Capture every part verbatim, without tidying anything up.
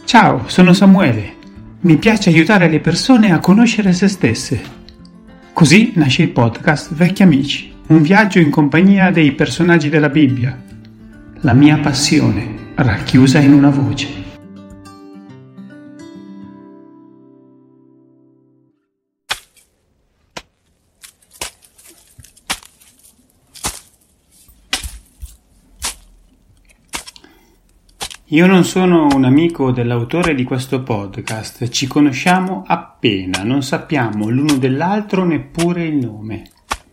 Ciao, sono Samuele. Mi piace aiutare le persone a conoscere se stesse. Così nasce il podcast Vecchi Amici, un viaggio in compagnia dei personaggi della Bibbia. La mia passione, racchiusa in una voce. Io non sono un amico dell'autore di questo podcast, ci conosciamo appena, non sappiamo l'uno dell'altro neppure il nome.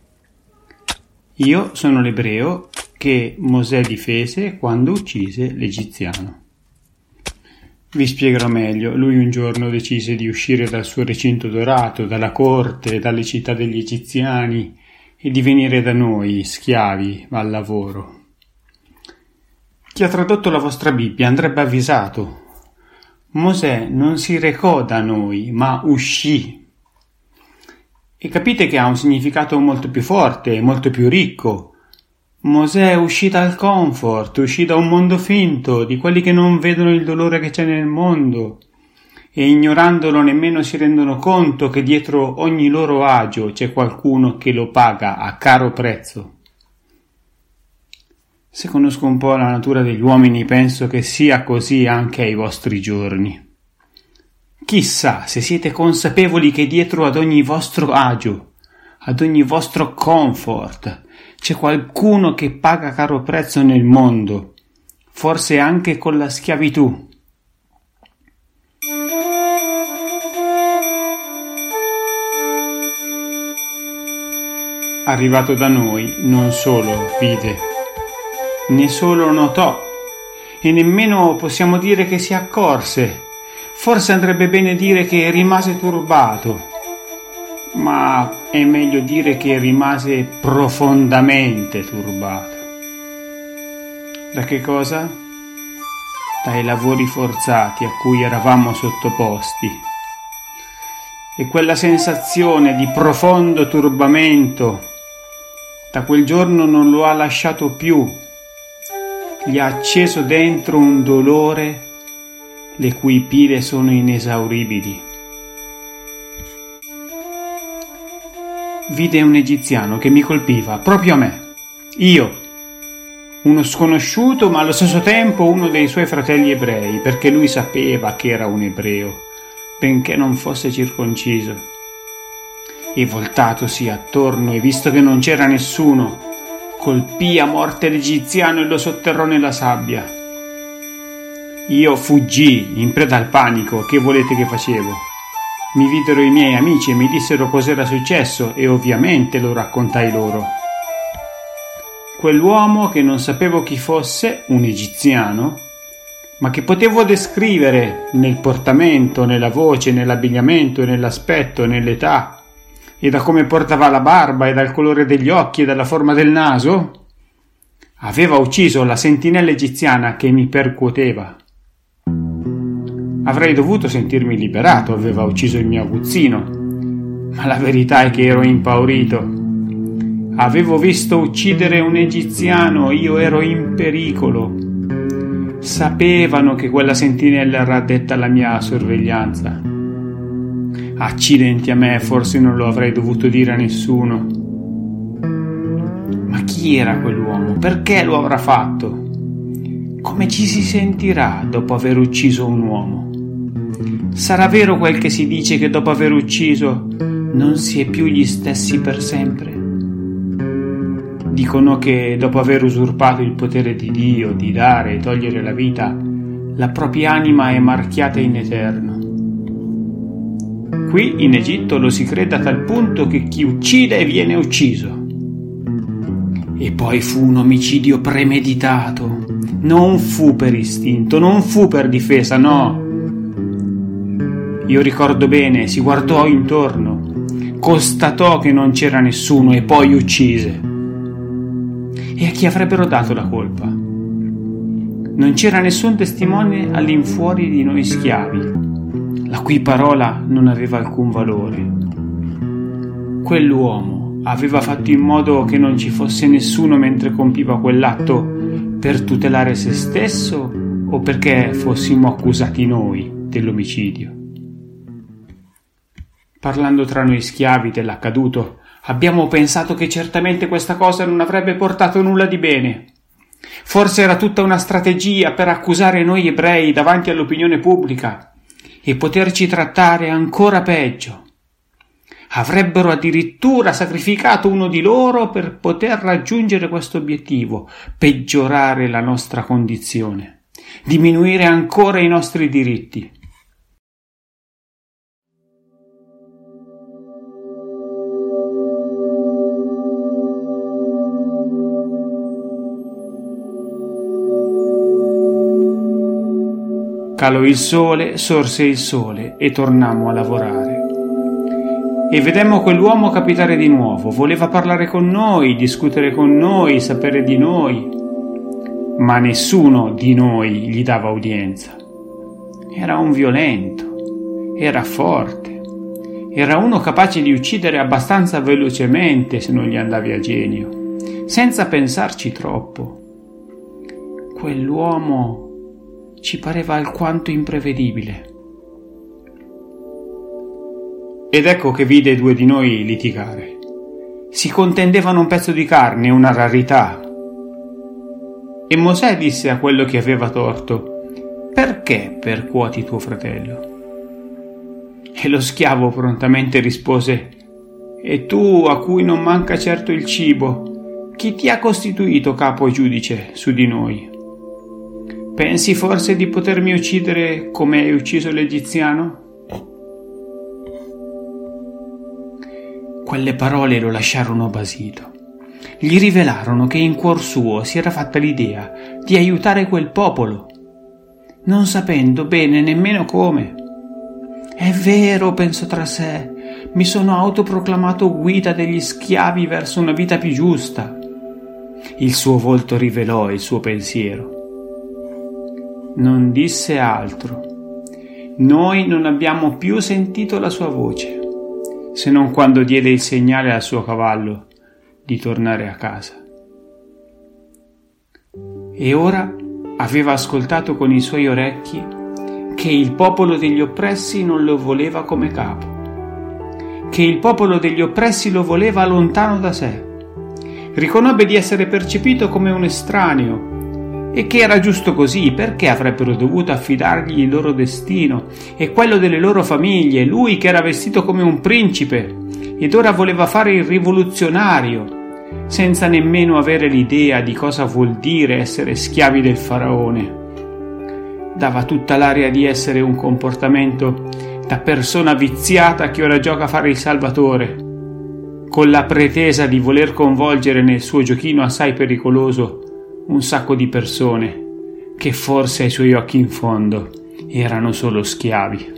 Io sono l'ebreo che Mosè difese quando uccise l'egiziano. Vi spiegherò meglio. Lui un giorno decise di uscire dal suo recinto dorato, dalla corte, dalle città degli egiziani e di venire da noi, schiavi, al lavoro. Chi ha tradotto la vostra Bibbia andrebbe avvisato. Mosè non si recò da noi, ma uscì. E capite che ha un significato molto più forte, molto più ricco. Mosè uscì dal comfort, uscì da un mondo finto, di quelli che non vedono il dolore che c'è nel mondo e ignorandolo nemmeno si rendono conto che dietro ogni loro agio c'è qualcuno che lo paga a caro prezzo. Se conosco un po' la natura degli uomini, penso che sia così anche ai vostri giorni. Chissà se siete consapevoli che dietro ad ogni vostro agio, ad ogni vostro comfort, c'è qualcuno che paga caro prezzo nel mondo, forse anche con la schiavitù. Arrivato da noi, non solo vide, né solo notò, e nemmeno possiamo dire che si accorse. Forse andrebbe bene dire che rimase turbato, ma è meglio dire che rimase profondamente turbato. Da che cosa? Dai lavori forzati a cui eravamo sottoposti. E quella sensazione di profondo turbamento da quel giorno non lo ha lasciato più. Gli ha acceso dentro un dolore le cui pile sono inesauribili. Vide un egiziano che mi colpiva, proprio a me. Io, uno sconosciuto ma allo stesso tempo uno dei suoi fratelli ebrei, perché lui sapeva che era un ebreo, benché non fosse circonciso. E voltatosi attorno e visto che non c'era nessuno, colpì a morte l'egiziano e lo sotterrò nella sabbia. Io fuggii, in preda al panico. Che volete che facevo? Mi videro i miei amici e mi dissero cos'era successo e ovviamente lo raccontai loro. Quell'uomo che non sapevo chi fosse, un egiziano, ma che potevo descrivere nel portamento, nella voce, nell'abbigliamento, nell'aspetto, nell'età, e da come portava la barba e dal colore degli occhi e dalla forma del naso, aveva ucciso la sentinella egiziana che mi percuoteva. Avrei dovuto sentirmi liberato, aveva ucciso il mio aguzzino, ma la verità è che ero impaurito. Avevo visto uccidere un egiziano, io ero in pericolo. Sapevano che quella sentinella era addetta alla mia sorveglianza. Accidenti a me, forse non lo avrei dovuto dire a nessuno. Ma chi era quell'uomo? Perché lo avrà fatto? Come ci si sentirà dopo aver ucciso un uomo? Sarà vero quel che si dice che dopo aver ucciso non si è più gli stessi per sempre? Dicono che dopo aver usurpato il potere di Dio, di dare e togliere la vita, la propria anima è marchiata in eterno. Qui in Egitto lo si crede a tal punto che chi uccide viene ucciso. E poi fu un omicidio premeditato. Non fu per istinto, non fu per difesa, no. Io ricordo bene, si guardò intorno, constatò che non c'era nessuno e poi uccise. E a chi avrebbero dato la colpa? Non c'era nessun testimone all'infuori di noi schiavi, la cui parola non aveva alcun valore. Quell'uomo aveva fatto in modo che non ci fosse nessuno mentre compiva quell'atto per tutelare se stesso o perché fossimo accusati noi dell'omicidio. Parlando tra noi schiavi dell'accaduto, abbiamo pensato che certamente questa cosa non avrebbe portato nulla di bene. Forse era tutta una strategia per accusare noi ebrei davanti all'opinione pubblica e poterci trattare ancora peggio. Avrebbero addirittura sacrificato uno di loro per poter raggiungere questo obiettivo, peggiorare la nostra condizione, diminuire ancora i nostri diritti. Calò il sole, sorse il sole e tornammo a lavorare. E vedemmo quell'uomo capitare di nuovo, voleva parlare con noi, discutere con noi, sapere di noi, ma nessuno di noi gli dava udienza. Era un violento, era forte, era uno capace di uccidere abbastanza velocemente se non gli andavi a genio, senza pensarci troppo. Quell'uomo ci pareva alquanto imprevedibile. Ed ecco che vide due di noi litigare. Si contendevano un pezzo di carne, una rarità. E Mosè disse a quello che aveva torto: «Perché percuoti tuo fratello?» E lo schiavo prontamente rispose: «E tu, a cui non manca certo il cibo, chi ti ha costituito capo e giudice su di noi? Pensi forse di potermi uccidere come hai ucciso l'egiziano?» Quelle parole lo lasciarono basito. Gli rivelarono che in cuor suo si era fatta l'idea di aiutare quel popolo, non sapendo bene nemmeno come. «È vero», pensò tra sé, «mi sono autoproclamato guida degli schiavi verso una vita più giusta». Il suo volto rivelò il suo pensiero. Non disse altro. Noi non abbiamo più sentito la sua voce, se non quando diede il segnale al suo cavallo di tornare a casa. E ora aveva ascoltato con i suoi orecchi che il popolo degli oppressi non lo voleva come capo, che il popolo degli oppressi lo voleva lontano da sé. Riconobbe di essere percepito come un estraneo e che era giusto così, perché avrebbero dovuto affidargli il loro destino e quello delle loro famiglie, lui che era vestito come un principe ed ora voleva fare il rivoluzionario, senza nemmeno avere l'idea di cosa vuol dire essere schiavi del faraone. Dava tutta l'aria di essere un comportamento da persona viziata che ora gioca a fare il salvatore, con la pretesa di voler coinvolgere nel suo giochino assai pericoloso un sacco di persone che forse ai suoi occhi in fondo erano solo schiavi.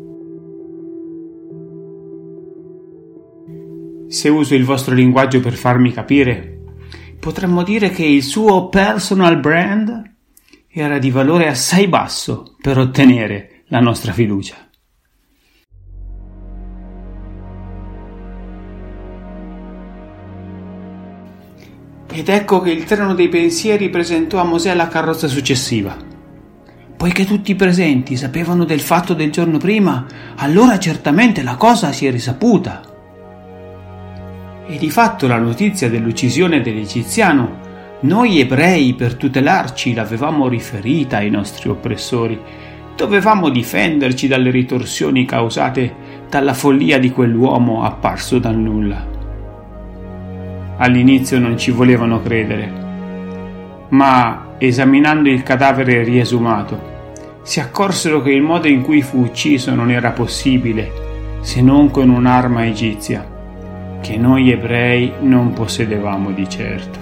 Se uso il vostro linguaggio per farmi capire, potremmo dire che il suo personal brand era di valore assai basso per ottenere la nostra fiducia. Ed ecco che il treno dei pensieri presentò a Mosè la carrozza successiva. Poiché tutti i presenti sapevano del fatto del giorno prima, allora certamente la cosa si è risaputa. E di fatto la notizia dell'uccisione dell'egiziano, noi ebrei per tutelarci l'avevamo riferita ai nostri oppressori. Dovevamo difenderci dalle ritorsioni causate dalla follia di quell'uomo apparso dal nulla. All'inizio non ci volevano credere, ma esaminando il cadavere riesumato, si accorsero che il modo in cui fu ucciso non era possibile se non con un'arma egizia, che noi ebrei non possedevamo di certo.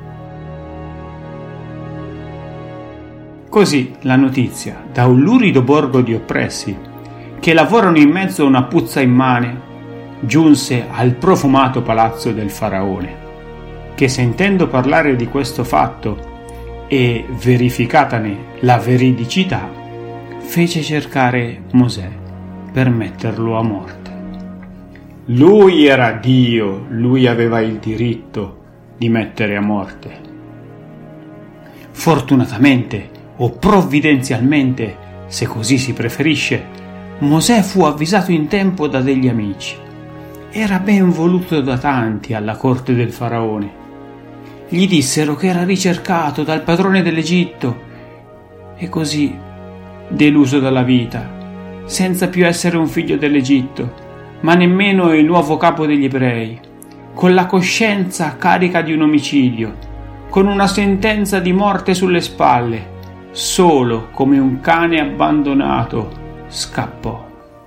Così la notizia, da un lurido borgo di oppressi, che lavorano in mezzo a una puzza immane, giunse al profumato palazzo del faraone, che sentendo parlare di questo fatto e verificatane la veridicità, fece cercare Mosè per metterlo a morte. Lui era Dio, lui aveva il diritto di mettere a morte. Fortunatamente o provvidenzialmente, se così si preferisce, Mosè fu avvisato in tempo da degli amici. Era ben voluto da tanti alla corte del faraone. Gli dissero che era ricercato dal padrone dell'Egitto e così, deluso dalla vita, senza più essere un figlio dell'Egitto, ma nemmeno il nuovo capo degli ebrei, con la coscienza carica di un omicidio, con una sentenza di morte sulle spalle, solo come un cane abbandonato, scappò.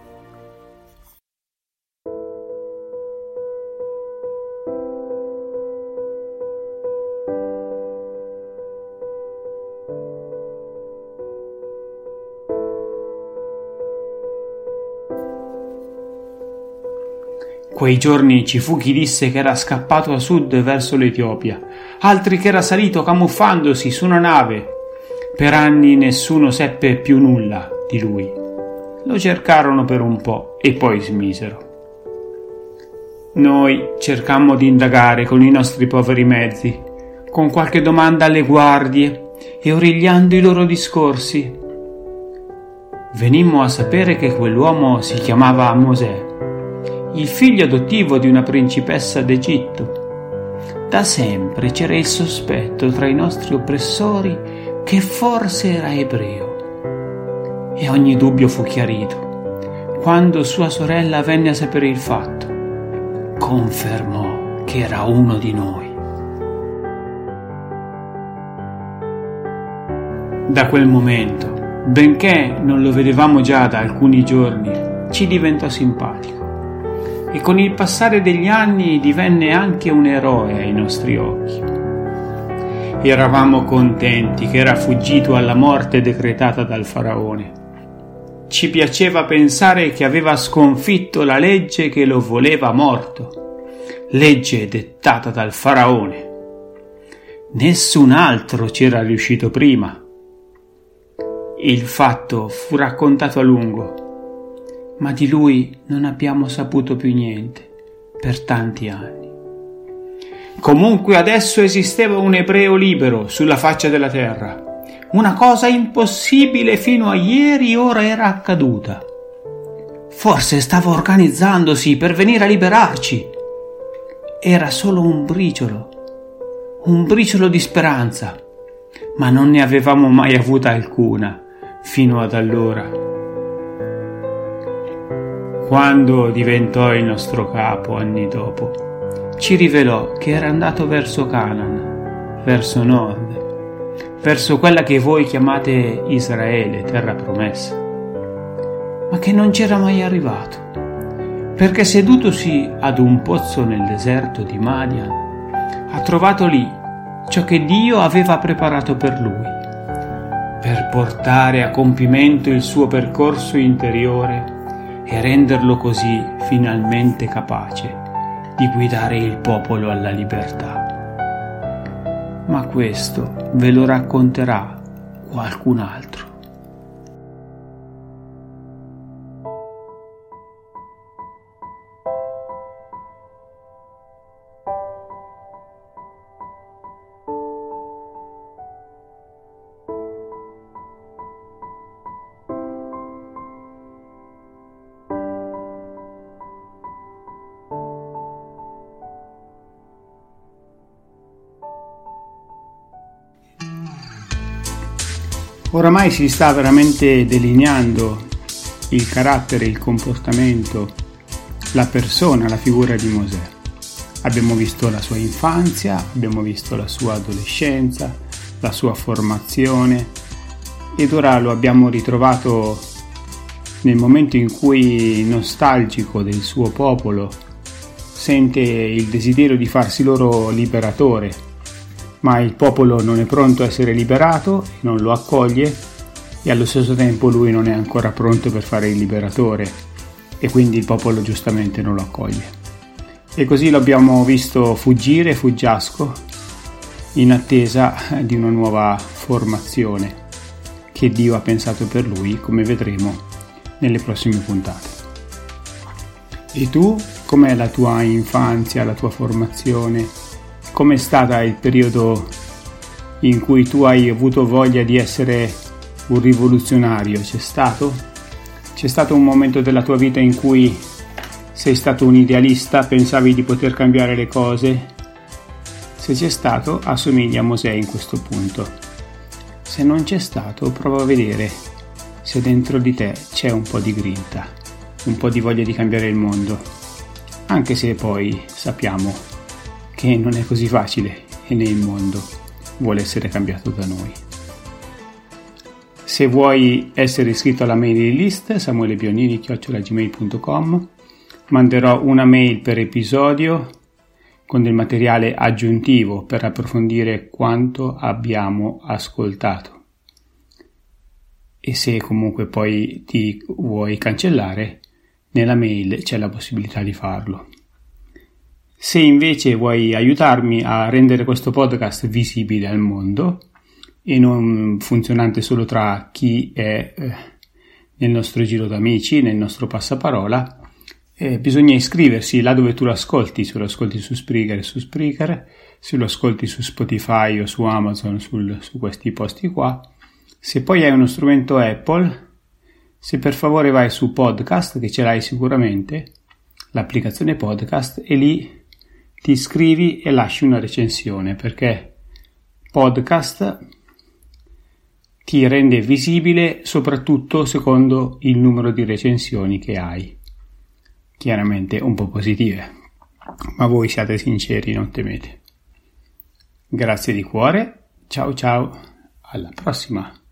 Quei giorni ci fu chi disse che era scappato a sud verso l'Etiopia, altri che era salito camuffandosi su una nave. Per anni nessuno seppe più nulla di lui. Lo cercarono per un po' e poi smisero. Noi cercammo di indagare con i nostri poveri mezzi, con qualche domanda alle guardie e origliando i loro discorsi. Venimmo a sapere che quell'uomo si chiamava Mosè, il figlio adottivo di una principessa d'Egitto. Da sempre c'era il sospetto tra i nostri oppressori che forse era ebreo. E ogni dubbio fu chiarito quando sua sorella venne a sapere il fatto. Confermò che era uno di noi. Da quel momento, benché non lo vedevamo già da alcuni giorni, ci diventò simpatico e con il passare degli anni divenne anche un eroe ai nostri occhi. Eravamo contenti che era fuggito alla morte decretata dal faraone. Ci piaceva pensare che aveva sconfitto la legge che lo voleva morto, legge dettata dal faraone. Nessun altro c'era riuscito prima. Il fatto fu raccontato a lungo, ma di lui non abbiamo saputo più niente per tanti anni. Comunque adesso esisteva un ebreo libero sulla faccia della terra. Una cosa impossibile fino a ieri ora era accaduta. Forse stava organizzandosi per venire a liberarci. Era solo un briciolo, un briciolo di speranza, ma non ne avevamo mai avuta alcuna fino ad allora. Quando diventò il nostro capo anni dopo, ci rivelò che era andato verso Canaan, verso nord, verso quella che voi chiamate Israele, terra promessa, ma che non c'era mai arrivato, perché sedutosi ad un pozzo nel deserto di Madian, ha trovato lì ciò che Dio aveva preparato per lui, per portare a compimento il suo percorso interiore e renderlo così finalmente capace di guidare il popolo alla libertà. Ma questo ve lo racconterà qualcun altro. Oramai si sta veramente delineando il carattere, il comportamento, la persona, la figura di Mosè. Abbiamo visto la sua infanzia, abbiamo visto la sua adolescenza, la sua formazione ed ora lo abbiamo ritrovato nel momento in cui, nostalgico del suo popolo, sente il desiderio di farsi loro liberatore. Ma il popolo non è pronto a essere liberato, non lo accoglie e allo stesso tempo lui non è ancora pronto per fare il liberatore e quindi il popolo giustamente non lo accoglie. E così lo abbiamo visto fuggire, fuggiasco, in attesa di una nuova formazione che Dio ha pensato per lui, come vedremo nelle prossime puntate. E tu, com'è la tua infanzia, la tua formazione? Com'è stata il periodo in cui tu hai avuto voglia di essere un rivoluzionario? C'è stato? C'è stato un momento della tua vita in cui sei stato un idealista, pensavi di poter cambiare le cose? Se c'è stato, assomigli a Mosè in questo punto. Se non c'è stato, prova a vedere se dentro di te c'è un po' di grinta, un po' di voglia di cambiare il mondo, anche se poi sappiamo che non è così facile e né il mondo vuole essere cambiato da noi. Se vuoi essere iscritto alla mailing list, samuelebionini chiocciola gmail punto com, manderò una mail per episodio con del materiale aggiuntivo per approfondire quanto abbiamo ascoltato. E se comunque poi ti vuoi cancellare, nella mail c'è la possibilità di farlo. Se invece vuoi aiutarmi a rendere questo podcast visibile al mondo e non funzionante solo tra chi è eh, nel nostro giro d'amici, nel nostro passaparola, eh, bisogna iscriversi là dove tu lo ascolti. Se lo ascolti su Spreaker, su Spreaker, se lo ascolti su Spotify o su Amazon, sul, su questi posti qua. Se poi hai uno strumento Apple, se per favore vai su Podcast, che ce l'hai sicuramente, l'applicazione Podcast, e lì ti iscrivi e lasci una recensione, perché Podcast ti rende visibile soprattutto secondo il numero di recensioni che hai. Chiaramente un po' positive, ma voi siate sinceri, non temete. Grazie di cuore, ciao ciao, alla prossima!